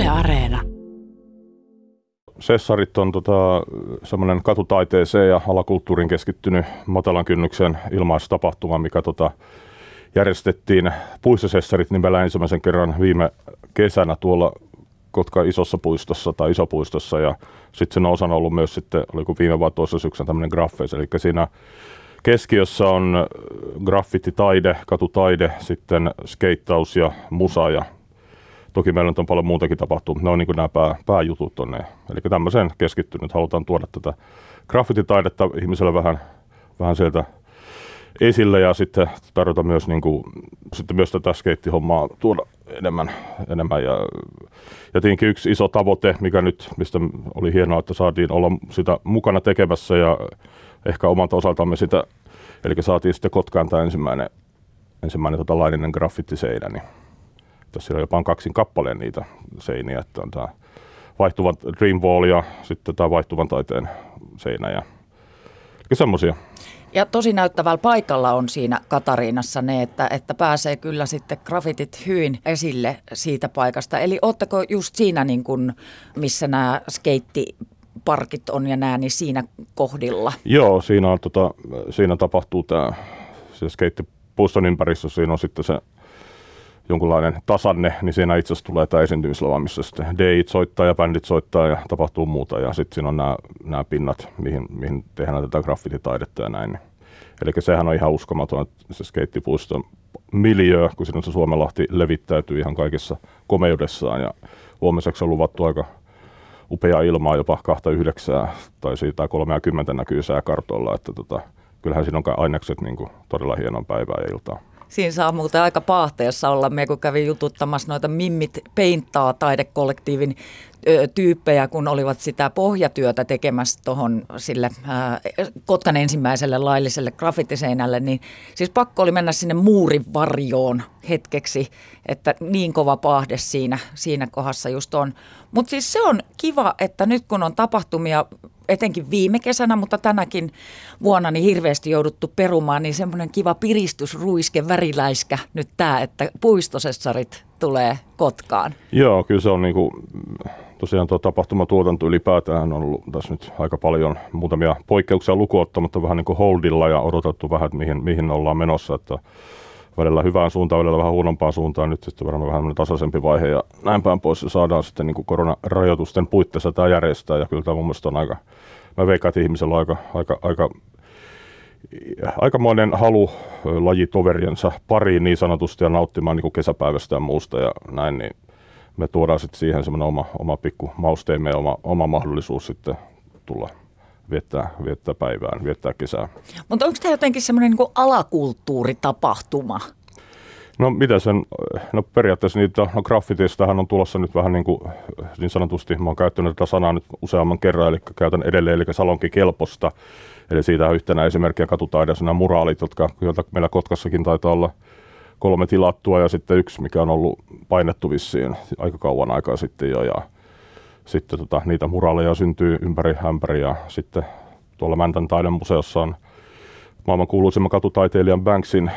Yle Areena. Sessarit on semmoinen katutaiteeseen ja alakulttuuriin keskittynyt matalan kynnyksen ilmaistapahtuma, mikä järjestettiin Puistosessarit nimellä ensimmäisen kerran viime kesänä tuolla Kotkan isossa puistossa tai isopuistossa, ja sitten sen osana ollut myös sitten, oliko viime vai toisessa syksynä tämmöinen graffeis, eli siinä keskiössä on graffititaide, katutaide, sitten skeittaus ja musa, ja toki meillä on paljon muutakin tapahtunut, ne on niin kuin nämä pääjutut tonne. Eli tämmöiseen keskittynyt, halutaan tuoda tätä graffititaidetta ihmiselle vähän sieltä esille, ja sitten tarjota myös, sitten myös tätä skeittihommaa tuoda enemmän. Ja tietenkin yksi iso tavoite, mikä nyt, mistä oli hienoa, että saatiin olla sitä mukana tekemässä ja ehkä omalta osaltamme sitä, eli saatiin sitten Kotkaan tämä ensimmäinen laillinen graffitiseinä, niin tässä on jopa 2 kappaleen niitä seiniä, että on tämä vaihtuva Dream Wall ja sitten tämä vaihtuvan taiteen seinä ja semmoisia. Ja tosi näyttävällä paikalla on siinä Katariinassa ne, että pääsee kyllä sitten graffitit hyvin esille siitä paikasta. Eli ootteko just siinä, niin kuin, missä nämä skeittiparkit on ja nämä, niin siinä kohdilla? Joo, siinä tapahtuu tämä se skeittipuiston ympäristö, siinä on sitten se jonkunlainen tasanne, niin siinä itse asiassa tulee tämä esiintymislava, missä sitten DJ:t soittaa ja bändit soittaa ja tapahtuu muuta. Ja sitten siinä on nämä pinnat, mihin tehdään tätä graffititaidetta ja näin. Eli sehän on ihan uskomaton, että se skeittipuiston miljöö, kun siinä se Suomenlahti levittäytyy ihan kaikessa komeudessaan. Ja huomiseksi on luvattu aika upeaa ilmaa, jopa 2.9 tai siitä 30 näkyy sääkartoilla. Että kyllähän siinä on ainekset todella hienoa päivää ja iltaa. Siinä saa muuten aika paahteessa olla, kun kävin jututtamassa noita Mimmit Painttaa taidekollektiivin tyyppejä, kun olivat sitä pohjatyötä tekemässä tuohon sille Kotkan ensimmäiselle lailliselle graffitiseinälle, niin siis pakko oli mennä sinne muurin varjoon hetkeksi, että niin kova paahde siinä kohdassa just on. Mutta siis se on kiva, että nyt kun on tapahtumia, etenkin viime kesänä, mutta tänäkin vuonna niin hirveästi jouduttu perumaan, niin semmoinen kiva piristysruiske, väriläiskä nyt tämä, että puistosessarit tulee Kotkaan. Joo, kyllä se on tosiaan tuo tapahtumatuotanto ylipäätään on ollut tässä nyt aika paljon muutamia poikkeuksia lukuun ottamatta vähän holdilla ja odotettu vähän, että mihin ollaan menossa, että välillä hyvään suuntaan, välillä vähän huonompaan suuntaan, nyt sitten varmaan vähän tasaisempi vaihe ja näin päin pois saadaan sitten koronarajoitusten puitteissa tämä järjestää, ja kyllä tämä mun mielestä on mä veikkaan, että ihmisellä on aikamoinen halu lajitoveriensa pariin niin sanotusti ja nauttimaan kesäpäivästä ja muusta ja näin, niin me tuodaan sitten siihen semmoinen oma pikku mausteemme ja oma mahdollisuus sitten tulla viettää päivään, viettää kesää. Mutta onko tämä jotenkin semmoinen alakulttuuritapahtuma? No mitä sen, periaatteessa graffitistahan on tulossa nyt vähän niin sanotusti, mä oon käyttänyt tätä sanaa nyt useamman kerran, eli käytän edelleen, eli salonkikelposta. Eli siitä on yhtenä esimerkkiä katutaidessa nämä muraalit, joita meillä Kotkassakin taitaa olla 3 tilattua ja sitten 1, mikä on ollut painettu vissiin aika kauan aikaa sitten jo. Ja sitten niitä muraaleja syntyy ympäri ämpäri ja sitten tuolla Mäntän taidemuseossa on maailman kuuluisimman katutaiteilijan Banksin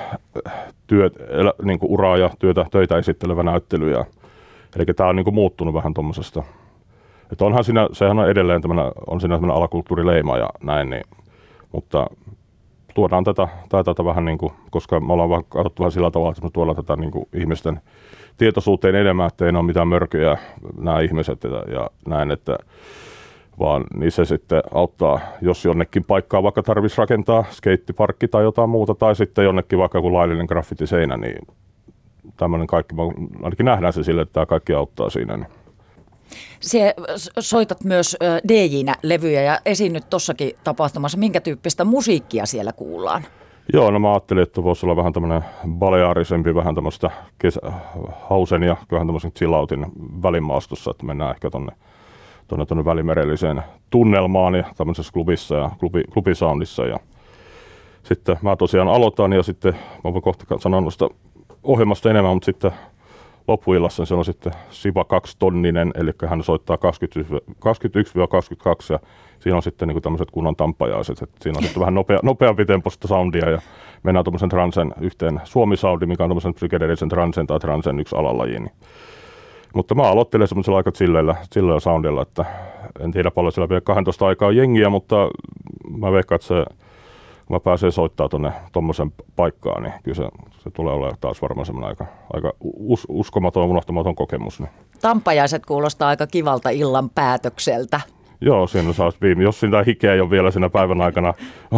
uraa ja töitä esittelevä näyttely. Eli tämä on muuttunut vähän tuommoisesta. Että onhan siinä, sehän on edelleen tämmöinen alakulttuurileima ja näin, niin, mutta tuodaan tätä vähän koska me ollaan vaan katsottu vähän sillä tavalla, että me tuodaan tätä ihmisten tietoisuuteen enemmän, että ei ole mitään mörköjä nämä ihmiset ja näin, että vaan niin se sitten auttaa, jos jonnekin paikkaa vaikka tarvitsisi rakentaa skeittiparkki tai jotain muuta, tai sitten jonnekin vaikka joku laillinen graffitiseinä, niin tämmöinen kaikki, ainakin nähdään se sille, että tämä kaikki auttaa siinä. Niin. Se soitat myös DJ-nä levyjä ja esiinnyt tuossakin tapahtumassa. Minkä tyyppistä musiikkia siellä kuullaan? Joo, no mä ajattelin, että voisi olla vähän tämmöinen balearisempi, vähän tämmöistä hausen ja vähän tämmöisen chilloutin välimaastossa, että mennään ehkä tuonne välimerelliseen tunnelmaan ja tämmöisessä klubissa ja klubisoundissa. Ja sitten mä tosiaan aloitan ja sitten mä voin kohta sanoa noista ohjelmasta enemmän, mutta sitten loppuillassa se on sitten Siva 2-tonninen, eli hän soittaa 21-22 ja siinä on sitten tämmöiset kunnon tamppajaiset. Että siinä on sitten vähän nopeampi tempoista soundia ja mennään tuommoisen transen yhteen Suomi-soundi, mikä on tuommoisen psykedeellisen transen tai transen yksi alalaji. Mutta mä aloittelen semmoisella aika chilleillä soundilla, että en tiedä paljon siellä vielä 12 aikaa jengiä, mutta mä veikkaan, että kun mä pääsen soittaa tuonne tommosen paikkaan, niin kyllä se tulee olemaan taas varmaan semmoinen aika uskomaton, unohtamaton kokemus. Niin. Tampajaiset kuulostaa aika kivalta illan päätökseltä. Joo, siinä saisi jos sitä hikeä ei ole vielä siinä päivän aikana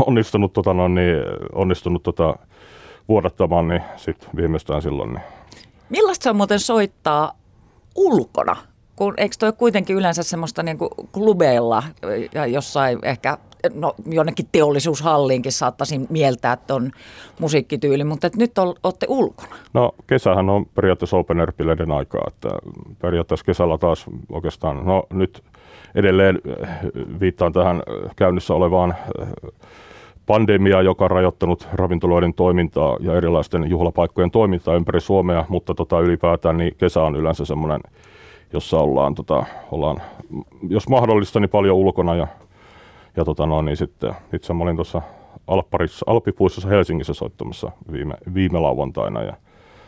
onnistunut vuodattamaan, niin sitten viimeistään silloin. Niin. Millaista se on muuten soittaa ulkona? Eikö toi kuitenkin yleensä semmoista niin kuin klubeilla ja jossain ehkä, jonnekin teollisuushalliinkin saattaisin mieltää ton musiikkityyli, mutta nyt olette ulkona. No kesähän on periaatteessa open air-bileiden aikaa, että periaatteessa kesällä taas oikeastaan, nyt edelleen viittaan tähän käynnissä olevaan pandemiaa, joka on rajoittanut ravintoloiden toimintaa ja erilaisten juhlapaikkojen toimintaa ympäri Suomea, mutta ylipäätään niin kesä on yleensä semmoinen, jossa ollaan jos mahdollista, niin paljon ulkona ja niin sitten itse mä olin tuossa Alppipuistossa Helsingissä soittamassa viime lauantaina ja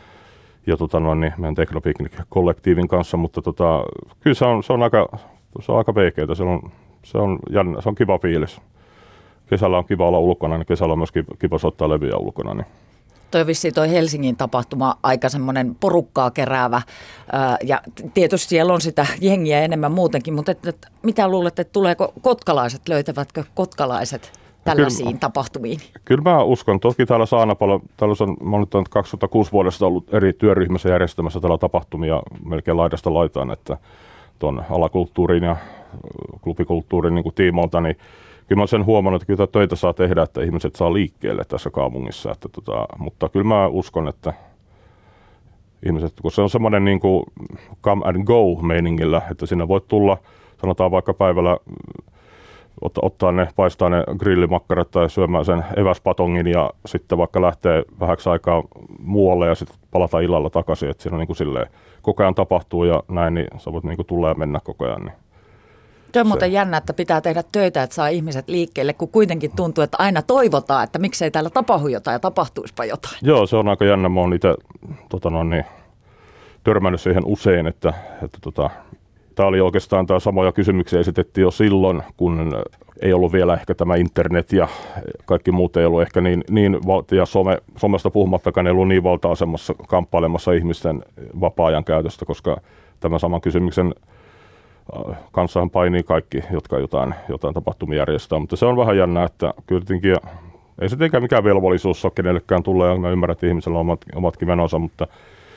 niin meidän Teknopiknik-kollektiivin kanssa, mutta kyllä se on aika veikeitä, se on jännä, se on kiva fiilis. Kesällä on kiva olla ulkona, niin kesällä on myös kiva soittaa levyjä ulkona. Niin. Toi Helsingin tapahtuma aika semmoinen porukkaa keräävä ja tietysti siellä on sitä jengiä enemmän muutenkin, mutta mitä luulet, että löytävätkö kotkalaiset tällaisiin tapahtumiin? Kyllä mä uskon. Toki täällä Saanapalo, mä olen nyt 2006 vuodesta ollut eri työryhmässä järjestämässä täällä tapahtumia melkein laidasta laitaan, että tuon alakulttuurin ja klubikulttuurin niin kuin tiimoilta, niin kyllä mä olen sen huomannut, että kyllä töitä saa tehdä, että ihmiset saa liikkeelle tässä kaupungissa. Mutta kyllä mä uskon, että ihmiset, kun se on semmoinen niin kuin come and go meiningillä, että sinne voi tulla, sanotaan vaikka päivällä, paistaa ne grillimakkarat tai syömään sen eväspatongin ja sitten vaikka lähtee vähäksi aikaa muualle ja sitten palata illalla takaisin. Että siinä on niin kuin silleen, koko ajan tapahtuu ja näin, niin sä voit niin kuin tulla ja mennä koko ajan. Niin. Se on muuten jännä, että pitää tehdä töitä, että saa ihmiset liikkeelle, kun kuitenkin tuntuu, että aina toivotaan, että miksei täällä tapahdu jotain ja tapahtuispa jotain. Joo, se on aika jännä. Mä oon itse törmännyt siihen usein, että tämä oli oikeastaan tämä samoja kysymyksiä esitettiin jo silloin, kun ei ollut vielä ehkä tämä internet ja kaikki muut ei ollut ehkä ja somesta puhumattakaan ei ollut niin valta-asemassa kamppailemassa ihmisten vapaa-ajan käytöstä, koska tämän saman kysymyksen kanssahan painii kaikki, jotka jotain tapahtumia järjestää, mutta se on vähän jännä, että kyllä ei se tietenkään mikään velvollisuus ole kenellekään tulla, ja mä ymmärrän, että ihmisellä on omatkin menonsa, mutta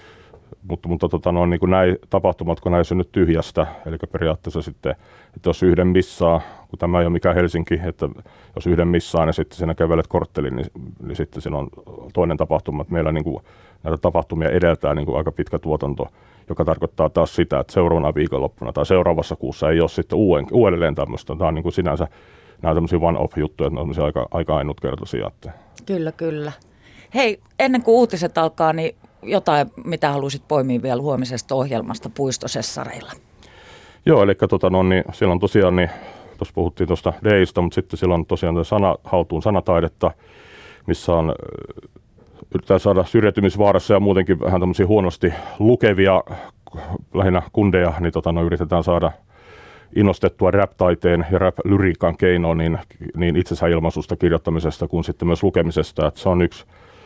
niin kuin näin tapahtumat, kun näin synny tyhjästä, eli periaatteessa sitten, että jos yhden missaa, kun tämä ei ole mikään Helsinki, että jos yhden missaan ja sitten siinä kävelet korttelin, niin sitten siinä on toinen tapahtuma, että meillä niin kuin näitä tapahtumia edeltää niin kuin aika pitkä tuotanto, joka tarkoittaa taas sitä, että seuraavana viikonloppuna tai seuraavassa kuussa ei ole sitten uudelleen tämmöistä. Tämä on niin kuin sinänsä nämä tämmöisiä one-off-juttuja, että ne on aika ainutkertaisia. Kyllä. Hei, ennen kuin uutiset alkaa, niin jotain, mitä haluaisit poimia vielä huomisesta ohjelmasta Puistosessareilla? Joo, eli niin siellä on tosiaan, niin, tuossa puhuttiin tuosta Deistä, mutta sitten siellä on tosiaan haltuun sanataidetta, missä on yritetään saada syrjäytymisvaarassa ja muutenkin vähän tämmöisiä huonosti lukevia, lähinnä kundeja, niin yritetään saada innostettua rap-taiteen ja rap-lyriikan keinoin niin itsesäilmaisusta kirjoittamisesta kuin sitten myös lukemisesta. Että se on yksi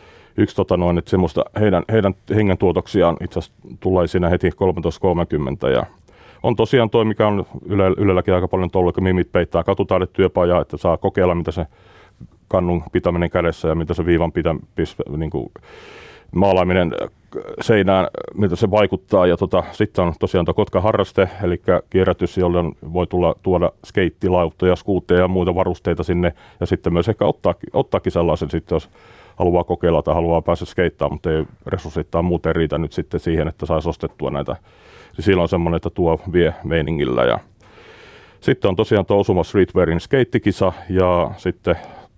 että semmoista heidän hengentuotoksiaan itse asiassa tulee siinä heti 13.30 ja on tosiaan toi, mikä on Ylelläkin aika paljon tullut, kun Mimit peittää katutaidetyöpajaa, että saa kokeilla, mitä se kannun pitäminen kädessä ja mitä se viivan niin kuin maalaaminen seinään, miltä se vaikuttaa. Ja sitten on tosiaan Kotkan harraste, eli kierrätys, jolloin voi tuoda skeittilauttoja, skuutteja ja muita varusteita sinne. Ja sitten myös ehkä ottaakin sellaisen, sitten, jos haluaa kokeilla tai haluaa päästä skeittaamaan, mutta ei resurssittaa muuten riitä nyt sitten siihen, että saisi ostettua näitä. Silloin on semmoinen, että tuo vie meiningillä. Ja sitten on tosiaan tuo Osuma Streetwearin skeittikisa ja sitten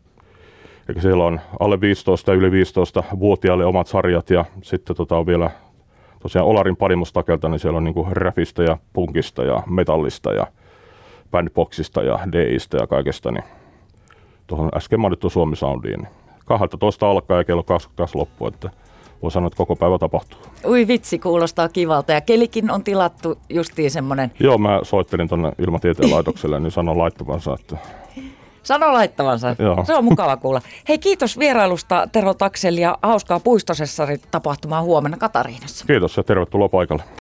eli siellä on alle 15 ja yli 15-vuotiaille omat sarjat ja sitten on vielä tosiaan Olarin Panimostakelta, niin siellä on niinku räpistä ja punkista ja metallista ja bandboxista ja DIstä ja kaikesta. Niin tuohon äsken mainittu Suomi Soundiin. 12 alkaa ja kello 22 loppu, että voi sanoa, että koko päivä tapahtuu. Ui vitsi, kuulostaa kivalta. Ja kelikin on tilattu justiin semmoinen. Joo, mä soittelin tuonne Ilmatieteen laitokselle, niin sanon laittavansa, että... Sano laittavansa. Joo. Se on mukava kuulla. Hei, kiitos vierailusta Tero Takseli ja hauskaa Puistosessarit tapahtumaa huomenna Katariinassa. Kiitos ja tervetuloa paikalle.